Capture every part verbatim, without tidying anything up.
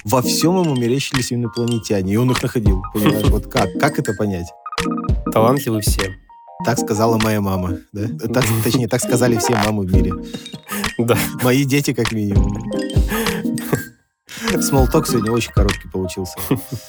Во всем ему мерещились инопланетяне, и он их находил. Понимаешь, вот как? Как это понять? Талантливы все. Так сказала моя мама, да? Так, точнее, так сказали все мамы в мире. Да. Мои дети, как минимум. Смолток сегодня очень короткий получился.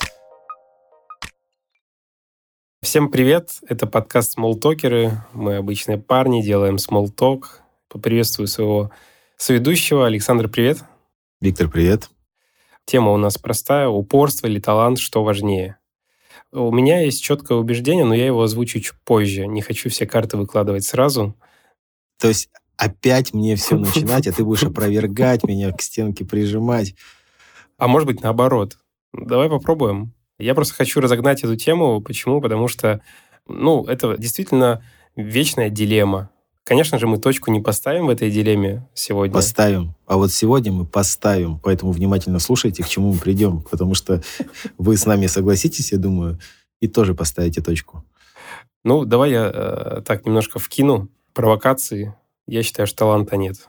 Всем привет, это подкаст «Смолтокеры». Мы обычные парни, делаем смолток. Поприветствую своего соведущего. Александр, привет. Виктор, привет. Тема у нас простая. Упорство или талант, что важнее? У меня есть четкое убеждение, но я его озвучу чуть позже. Не хочу все карты выкладывать сразу. То есть опять мне все начинать, а ты будешь опровергать меня, к стенке прижимать. А может быть, наоборот. Давай попробуем. Я просто хочу разогнать эту тему. Почему? Потому что, ну, это действительно вечная дилемма. Конечно же, мы точку не поставим в этой дилемме сегодня. Поставим. А вот сегодня мы поставим. Поэтому внимательно слушайте, к чему мы придем. Потому что вы с нами согласитесь, я думаю, и тоже поставите точку. Ну, давай я э, так немножко вкину провокации. Я считаю, что таланта нет.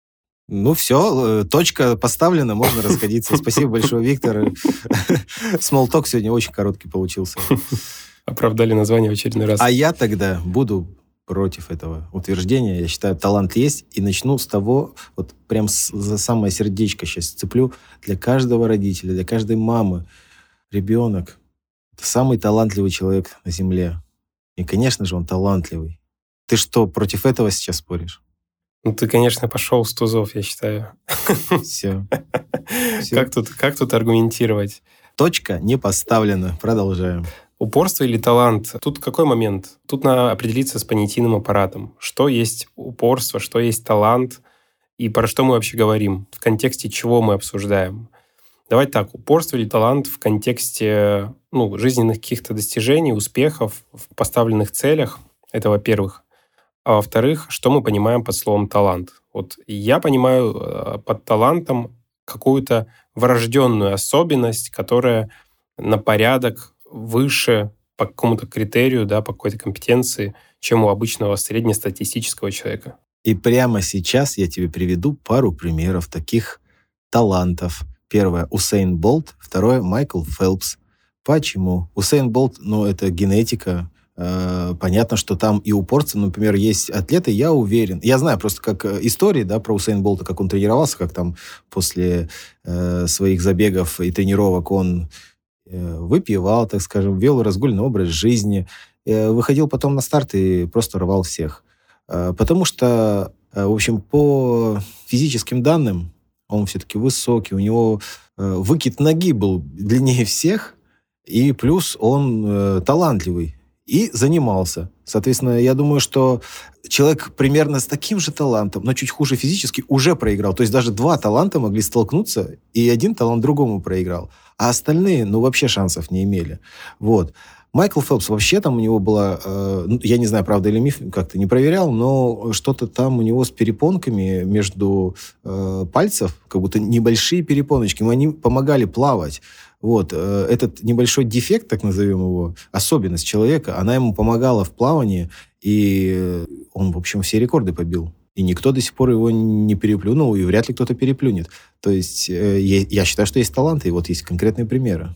Ну все, точка поставлена, можно расходиться. Спасибо большое, Виктор. Смолток сегодня очень короткий получился. Оправдали название в очередной раз. А я тогда буду против этого утверждения. Я считаю, талант есть. И начну с того, вот прям с, за самое сердечко сейчас цеплю. Для каждого родителя, для каждой мамы ребенок — это самый талантливый человек на земле. И, конечно же, он талантливый. Ты что, против этого сейчас споришь? Ну, ты, конечно, пошел с тузов, я считаю. Все. Как тут, как тут аргументировать? Точка не поставлена. Продолжаем. Упорство или талант? Тут какой момент? Тут надо определиться с понятийным аппаратом. Что есть упорство, что есть талант, и про что мы вообще говорим, в контексте чего мы обсуждаем. Давай так, упорство или талант в контексте ну, жизненных каких-то достижений, успехов в поставленных целях, это во-первых. А во-вторых, что мы понимаем под словом «талант». Вот я понимаю под талантом какую-то врожденную особенность, которая на порядок выше по какому-то критерию, да, по какой-то компетенции, чем у обычного среднестатистического человека. И прямо сейчас я тебе приведу пару примеров таких талантов. Первое — Усейн Болт, второе — Майкл Фелпс. Почему? Усейн Болт, ну, это генетика. Э, понятно, что там и упорство, например, есть атлеты, я уверен. Я знаю просто как истории, да, про Усейн Болта, как он тренировался, как там после э, своих забегов и тренировок он выпивал, так скажем, вел разгульный образ жизни, выходил потом на старт и просто рвал всех. Потому что, в общем, по физическим данным он все-таки высокий, у него выкид ноги был длиннее всех, и плюс он талантливый и занимался. Соответственно, я думаю, что человек примерно с таким же талантом, но чуть хуже физически, уже проиграл. То есть даже два таланта могли столкнуться, и один талант другому проиграл. А остальные, ну, вообще шансов не имели. Вот. Майкл Фелпс, вообще там у него было, э, ну, я не знаю, правда или миф, как-то не проверял, но что-то там у него с перепонками между э, пальцев, как будто небольшие перепоночки, но они помогали плавать. Вот. Э, этот небольшой дефект, так назовем его, особенность человека, она ему помогала в плавании, и он, в общем, все рекорды побил. И никто до сих пор его не переплюнул, и вряд ли кто-то переплюнет. То есть э, я считаю, что есть таланты, и вот есть конкретные примеры.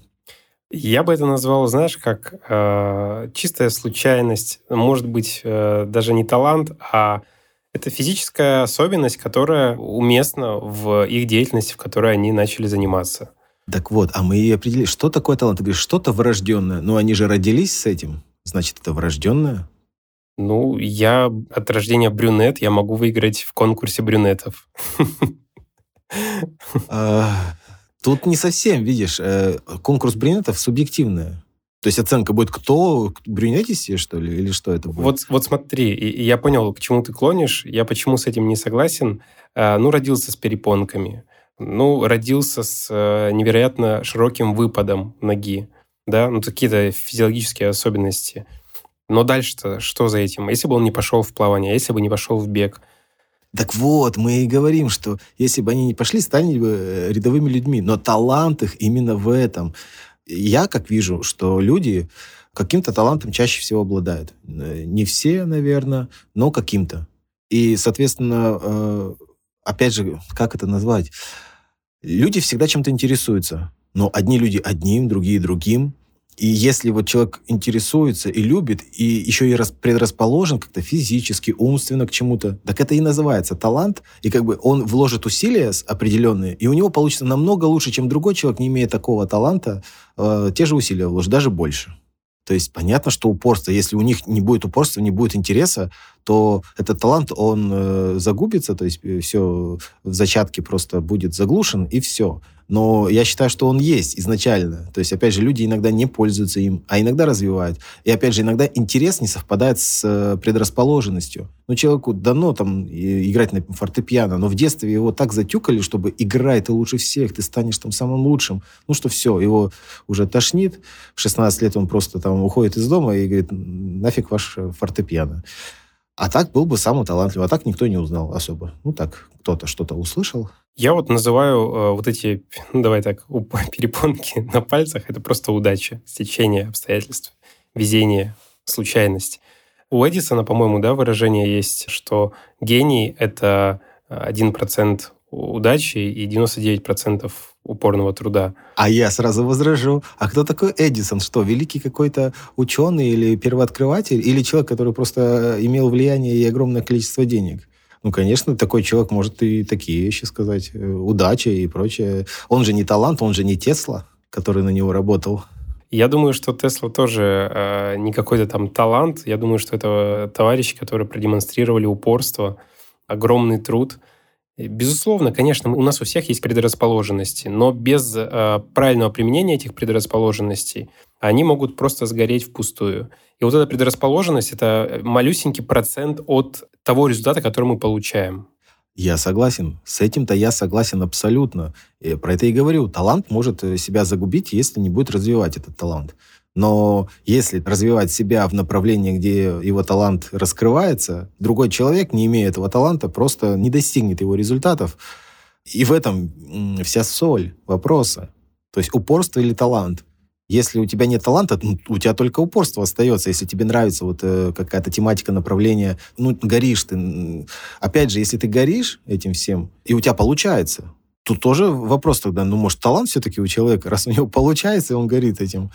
Я бы это назвал, знаешь, как э, чистая случайность. Может быть, э, даже не талант, а это физическая особенность, которая уместна в их деятельности, в которой они начали заниматься. Так вот, а мы и определили, что такое талант. Ты говоришь, что-то врожденное. Но они же родились с этим. Значит, это врожденное? Ну, я от рождения брюнет, я могу выиграть в конкурсе брюнетов. Тут не совсем, видишь, конкурс брюнетов субъективный. То есть оценка будет, кто брюнетистее, что ли, или что это будет? Вот, вот смотри, я понял, к чему ты клонишь, я почему с этим не согласен. Ну, родился с перепонками, ну, родился с невероятно широким выпадом ноги, да, ну, какие-то физиологические особенности. Но дальше-то что за этим? Если бы он не пошел в плавание, если бы не пошел в бег? Так вот, мы и говорим, что если бы они не пошли, стали бы рядовыми людьми. Но талант их именно в этом. Я как вижу, что люди каким-то талантом чаще всего обладают. Не все, наверное, но каким-то. И, соответственно, опять же, как это назвать? Люди всегда чем-то интересуются. Но одни люди одним, другие другим. И если вот человек интересуется и любит, и еще и предрасположен как-то физически, умственно к чему-то, так это и называется талант. И как бы он вложит усилия определенные, и у него получится намного лучше, чем другой человек, не имея такого таланта, э, те же усилия вложит, даже больше. То есть понятно, что упорство, если у них не будет упорства, не будет интереса, то этот талант, он э, загубится, то есть все в зачатке просто будет заглушен, и все. Но я считаю, что он есть изначально. То есть, опять же, люди иногда не пользуются им, а иногда развивают. И, опять же, иногда интерес не совпадает с предрасположенностью. Ну, человеку дано там играть на фортепиано, но в детстве его так затюкали, чтобы играй, ты лучше всех, ты станешь там самым лучшим. Ну, что все, его уже тошнит. В шестнадцать лет он просто там уходит из дома и говорит, нафиг ваш фортепиано. А так был бы самый талантливый. А так никто не узнал особо. Ну, так, кто-то что-то услышал. Я вот называю э, вот эти, ну, давай так, перепонки на пальцах, это просто удача, стечение обстоятельств, везение, случайность. У Эдисона, по-моему, да, выражение есть, что гений — это один процент удачи и девяносто девять процентов упорного труда. А я сразу возражу. А кто такой Эдисон? Что, великий какой-то ученый или первооткрыватель? Или человек, который просто имел влияние и огромное количество денег? Ну, конечно, такой человек может и такие вещи сказать. Удача и прочее. Он же не талант, он же не Тесла, который на него работал. Я думаю, что Тесла тоже э, не какой-то там талант. Я думаю, что это товарищи, которые продемонстрировали упорство, огромный труд. Безусловно, конечно, у нас у всех есть предрасположенности, но без э, правильного применения этих предрасположенностей они могут просто сгореть впустую. И вот эта предрасположенность — это малюсенький процент от того результата, который мы получаем. Я согласен. С этим-то я согласен абсолютно. И про это и говорю. Талант может себя загубить, если не будет развивать этот талант. Но если развивать себя в направлении, где его талант раскрывается, другой человек, не имея этого таланта, просто не достигнет его результатов. И в этом вся соль вопроса. То есть упорство или талант. Если у тебя нет таланта, ну, у тебя только упорство остается. Если тебе нравится вот э, какая-то тематика, направление, ну, горишь ты. Опять же, если ты горишь этим всем, и у тебя получается, тут тоже вопрос тогда, ну, может, талант все-таки у человека, раз у него получается, и он горит этим.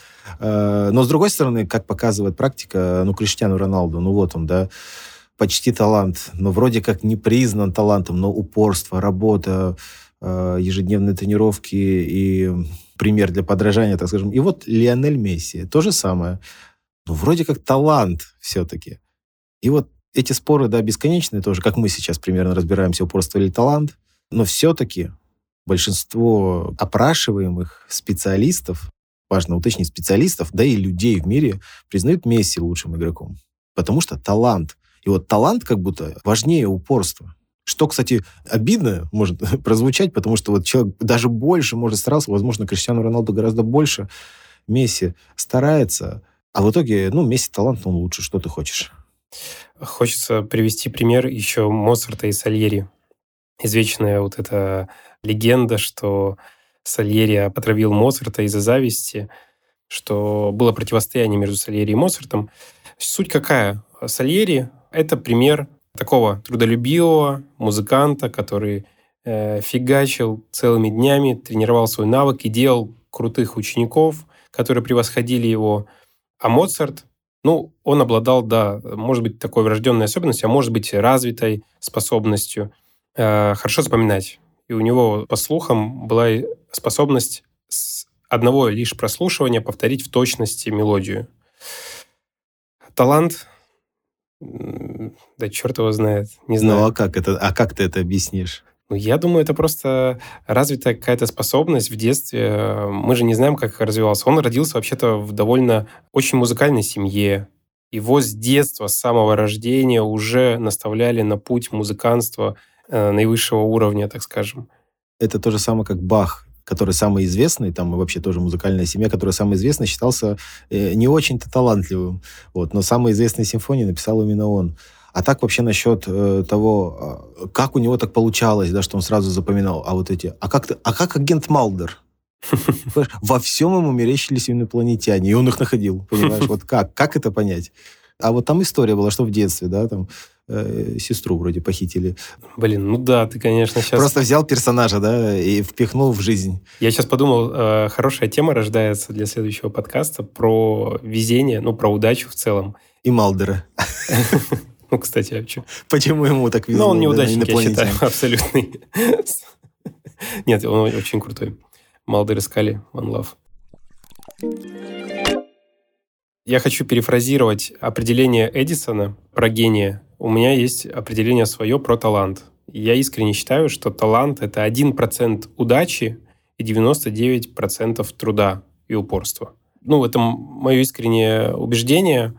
Э, но, с другой стороны, как показывает практика, ну, Криштиану Роналду, ну, вот он, да, почти талант, но вроде как не признан талантом, но упорство, работа, э, ежедневные тренировки и пример для подражания, так скажем. И вот Лионель Месси, то же самое. Ну, вроде как талант все-таки. И вот эти споры, да, бесконечные тоже, как мы сейчас примерно разбираемся, упорство или талант, но все-таки большинство опрашиваемых специалистов, важно уточнить, специалистов, да и людей в мире признают Месси лучшим игроком. Потому что талант. И вот талант как будто важнее упорства. Что, кстати, обидно может прозвучать, потому что вот человек даже больше может стараться, возможно, Криштиану Роналду гораздо больше, Месси старается, а в итоге, ну, Месси талант, он лучше. Что ты хочешь? Хочется привести пример еще Моцарта и Сальери. Извечная вот эта легенда, что Сальери отравил Моцарта из-за зависти, что было противостояние между Сальери и Моцартом. Суть какая? Сальери — это пример такого трудолюбивого музыканта, который э, фигачил целыми днями, тренировал свой навык и делал крутых учеников, которые превосходили его. А Моцарт, ну, он обладал, да, может быть, такой врожденной особенностью, а может быть, развитой способностью э, хорошо запоминать. И у него, по слухам, была способность с одного лишь прослушивания повторить в точности мелодию. Талант... Да черт его знает, не знаю. Ну, а как это? А как ты это объяснишь? Ну, я думаю, это просто развитая какая-то способность в детстве. Мы же не знаем, как развивался. Он родился вообще-то в довольно очень музыкальной семье. Его с детства, с самого рождения уже наставляли на путь музыканства э, наивысшего уровня, так скажем. Это то же самое, как Бах, который самый известный, там вообще тоже музыкальная семья, которая самый известный, считался э, не очень-то талантливым. Вот, но самые известные симфонии написал именно он. А так вообще насчет э, того, э, как у него так получалось, да, что он сразу запоминал, а вот эти... А как, ты, а как агент Малдер? Во всем ему мерещились инопланетяне, и он их находил, понимаешь? Вот как? Как это понять? А вот там история была, что в детстве, да, там э, сестру вроде похитили. Блин, ну да, ты, конечно, сейчас... Просто взял персонажа, да, и впихнул в жизнь. Я сейчас подумал, э, хорошая тема рождается для следующего подкаста про везение, ну, про удачу в целом. И Малдера. Ну, кстати, а что? Почему ему так везло? Ну, он неудачник, я считаю, абсолютный. Нет, он очень крутой. Малдер и Скали, One Love. Я хочу перефразировать определение Эдисона про гения. У меня есть определение свое про талант. Я искренне считаю, что талант — это один процент удачи и девяносто девять процентов труда и упорства. Ну, это мое искреннее убеждение.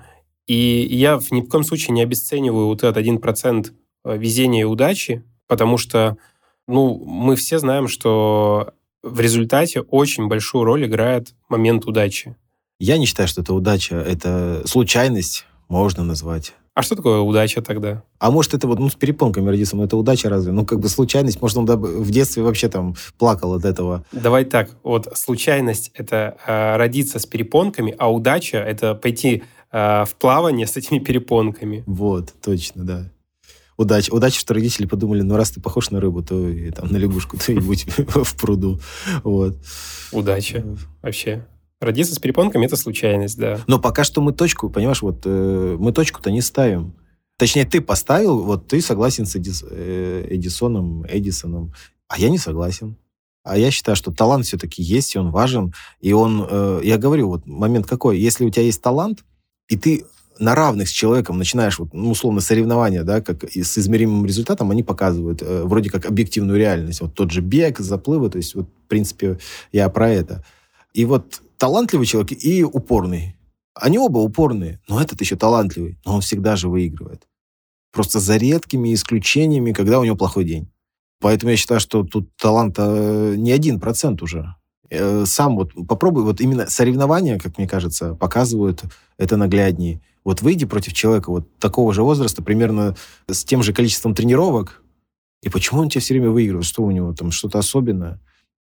И я в ни в коем случае не обесцениваю вот этот один процент везения и удачи, потому что, ну, мы все знаем, что в результате очень большую роль играет момент удачи. Я не считаю, что это удача. Это случайность, можно назвать. А что такое удача тогда? А может, это вот ну, с перепонками родиться, но это удача разве? Ну, как бы случайность. Может, он в детстве вообще там плакал от этого. Давай так. Вот случайность — это э, родиться с перепонками, а удача — это пойти э, в плавание с этими перепонками. Вот, точно, да. Удача. Удача, что родители подумали, ну, раз ты похож на рыбу, то и там на лягушку, то и будь в пруду. Вот. Удача. Вообще. Родиться с перепонками — это случайность, да. Но пока что мы точку, понимаешь, вот э, мы точку-то не ставим. Точнее, ты поставил, вот ты согласен с Эдис, э, Эдисоном, Эдисоном, а я не согласен. А я считаю, что талант все-таки есть, и он важен. И он, э, я говорю, вот момент какой, если у тебя есть талант, и ты на равных с человеком начинаешь, вот, ну, условно, соревнования, да, как и с измеримым результатом, они показывают э, вроде как объективную реальность. Вот тот же бег, заплывы, то есть, вот, в принципе, я про это. И вот талантливый человек и упорный. Они оба упорные, но этот еще талантливый, но он всегда же выигрывает. Просто за редкими исключениями, когда у него плохой день. Поэтому я считаю, что тут таланта не один процент уже. Сам вот попробуй, вот именно соревнования, как мне кажется, показывают это нагляднее. Вот выйди против человека вот такого же возраста, примерно с тем же количеством тренировок, и почему он тебе все время выигрывает? Что у него там, что-то особенное?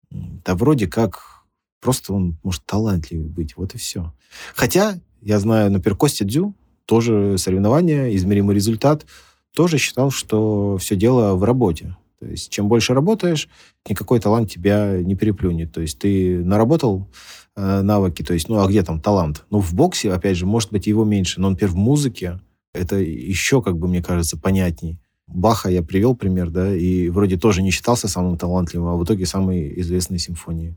Да вроде как просто он может талантливый быть, вот и все. Хотя, я знаю, например, Костя Дзю, тоже соревнования, измеримый результат, тоже считал, что все дело в работе. То есть, чем больше работаешь, никакой талант тебя не переплюнет. То есть, ты наработал э, навыки, то есть, ну, а где там талант? Ну, в боксе, опять же, может быть, его меньше, но, например, в музыке это еще, как бы, мне кажется, понятней. Баха я привел пример, да, и вроде тоже не считался самым талантливым, а в итоге самой известной симфонии.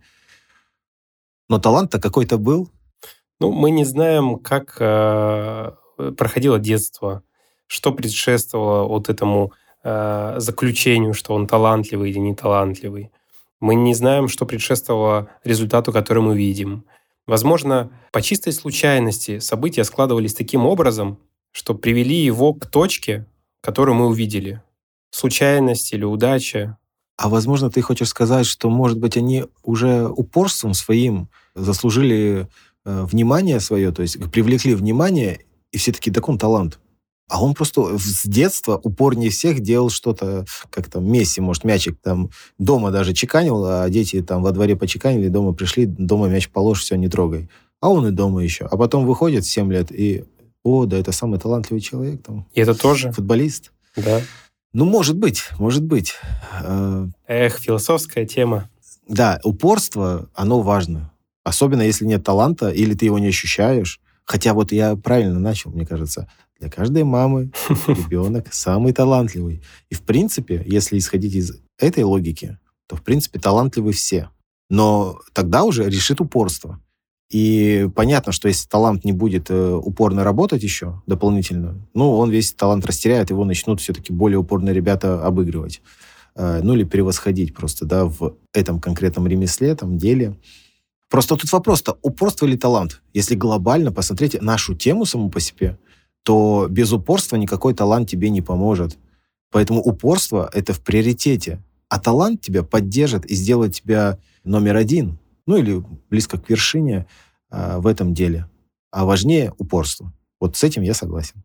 Но талант-то какой-то был. Ну, мы не знаем, как э, проходило детство, что предшествовало вот этому э, заключению, что он талантливый или не талантливый. Мы не знаем, что предшествовало результату, который мы видим. Возможно, по чистой случайности события складывались таким образом, что привели его к точке, которую мы увидели. Случайность или удача. А, возможно, ты хочешь сказать, что, может быть, они уже упорством своим заслужили э, внимание свое, то есть привлекли внимание, и все таки так он талант. А он просто с детства упорнее всех делал что-то, как там Месси, может, мячик там дома даже чеканил, а дети там во дворе почеканили, дома пришли, дома мяч положь, все, не трогай. А он и дома еще. А потом выходит в семь лет и, о, да это самый талантливый человек. Там, и это тоже? Футболист. Да. Ну, может быть, может быть. Эх, философская тема. Да, упорство, оно важно. Особенно, если нет таланта, или ты его не ощущаешь. Хотя вот я правильно начал, мне кажется. Для каждой мамы ребенок самый талантливый. И, в принципе, если исходить из этой логики, то, в принципе, талантливы все. Но тогда уже решит упорство. И понятно, что если талант не будет э, упорно работать еще дополнительно, ну, он весь талант растеряет, его начнут все-таки более упорные ребята обыгрывать. Э, ну, или превосходить просто, да, в этом конкретном ремесле, там, деле. Просто тут вопрос-то, упорство или талант? Если глобально посмотреть нашу тему саму по себе, то без упорства никакой талант тебе не поможет. Поэтому упорство — это в приоритете. А талант тебя поддержит и сделает тебя номер один. Ну, или близко к вершине а, в этом деле. А важнее упорство. Вот с этим я согласен.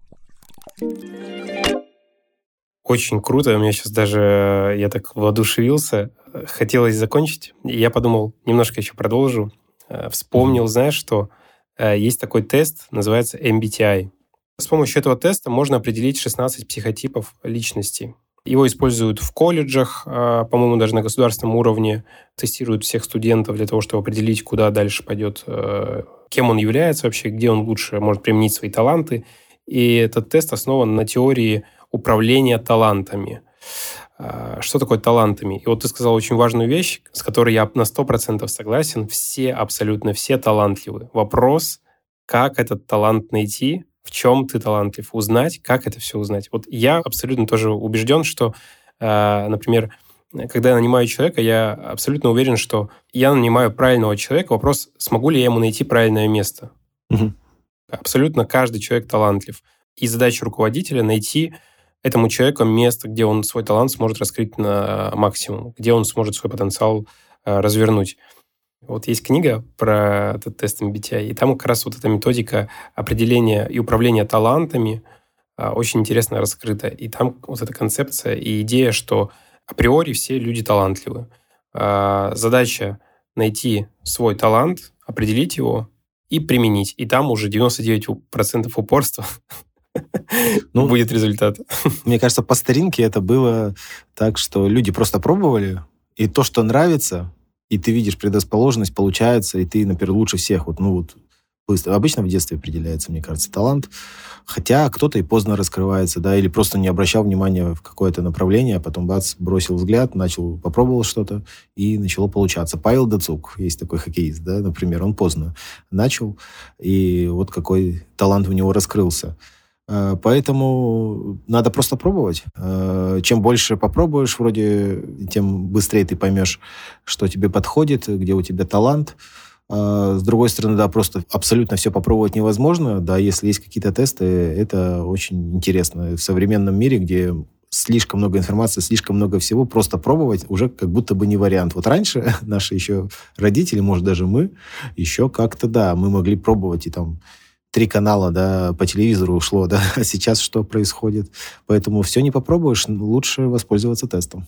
Очень круто. У меня сейчас даже... Я так воодушевился. Хотелось закончить. Я подумал, немножко еще продолжу. Вспомнил, mm-hmm. знаешь, что есть такой тест, называется эм би ти ай. С помощью этого теста можно определить шестнадцать психотипов личности. Его используют в колледжах, по-моему, даже на государственном уровне. Тестируют всех студентов для того, чтобы определить, куда дальше пойдет, кем он является вообще, где он лучше может применить свои таланты. И этот тест основан на теории управления талантами. Что такое талантами? И вот ты сказал очень важную вещь, с которой я на сто процентов согласен. Все, абсолютно все талантливы. Вопрос, как этот талант найти, в чем ты талантлив, узнать, как это все узнать. Вот я абсолютно тоже убежден, что, например, когда я нанимаю человека, я абсолютно уверен, что я нанимаю правильного человека. Вопрос, смогу ли я ему найти правильное место. Угу. Абсолютно каждый человек талантлив. И задача руководителя — найти этому человеку место, где он свой талант сможет раскрыть на максимум, где он сможет свой потенциал развернуть. Вот есть книга про этот тест эм би ти ай, и там как раз вот эта методика определения и управления талантами очень интересно раскрыта. И там вот эта концепция и идея, что априори все люди талантливы. Задача найти свой талант, определить его и применить. И там уже девяносто девять процентов упорства ну, будет результат. Мне кажется, по старинке это было так, что люди просто пробовали, и то, что нравится, и ты видишь предрасположенность, получается, и ты, например, лучше всех. Вот, ну, вот, быстро. Обычно в детстве определяется, мне кажется, талант. Хотя кто-то и поздно раскрывается, да, или просто не обращал внимания в какое-то направление, а потом, бац, бросил взгляд, начал, попробовал что-то, и начало получаться. Павел Дацук, есть такой хоккеист, да, например, он поздно начал, и вот какой талант у него раскрылся. Поэтому надо просто пробовать. Чем больше попробуешь, вроде, тем быстрее ты поймешь, что тебе подходит, где у тебя талант. С другой стороны, да, просто абсолютно все попробовать невозможно. Да, если есть какие-то тесты, это очень интересно. В современном мире, где слишком много информации, слишком много всего, просто пробовать уже как будто бы не вариант. Вот раньше наши еще родители, может, даже мы, еще как-то, да, мы могли пробовать и там три канала, да, по телевизору ушло, да, а сейчас что происходит? Поэтому все не попробуешь, лучше воспользоваться тестом.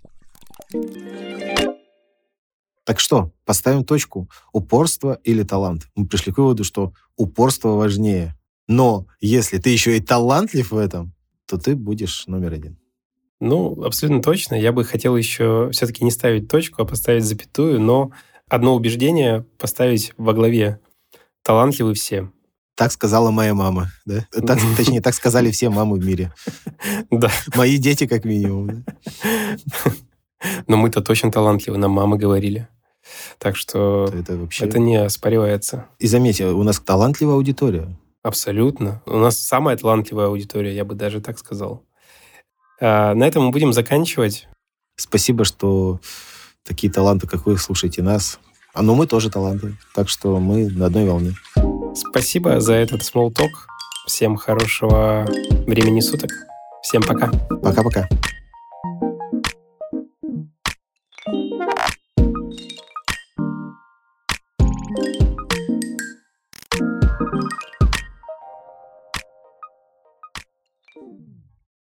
Так что, поставим точку. Упорство или талант? Мы пришли к выводу, что упорство важнее. Но если ты еще и талантлив в этом, то ты будешь номер один. Ну, абсолютно точно. Я бы хотел еще все-таки не ставить точку, а поставить запятую, но одно убеждение поставить во главе. Талантливы все. Так сказала моя мама, да? Так, точнее, так сказали все мамы в мире. Да. Мои дети, как минимум. Да? Но мы-то точно талантливы, нам мамы говорили. Так что это, вообще... это не оспаривается. И заметьте, у нас талантливая аудитория. Абсолютно. У нас самая талантливая аудитория, я бы даже так сказал. А, на этом мы будем заканчивать. Спасибо, что такие таланты, как вы, слушаете нас. А ну мы тоже таланты, так что мы на одной волне. Спасибо за этот small talk. Всем хорошего времени суток. Всем пока. Пока-пока.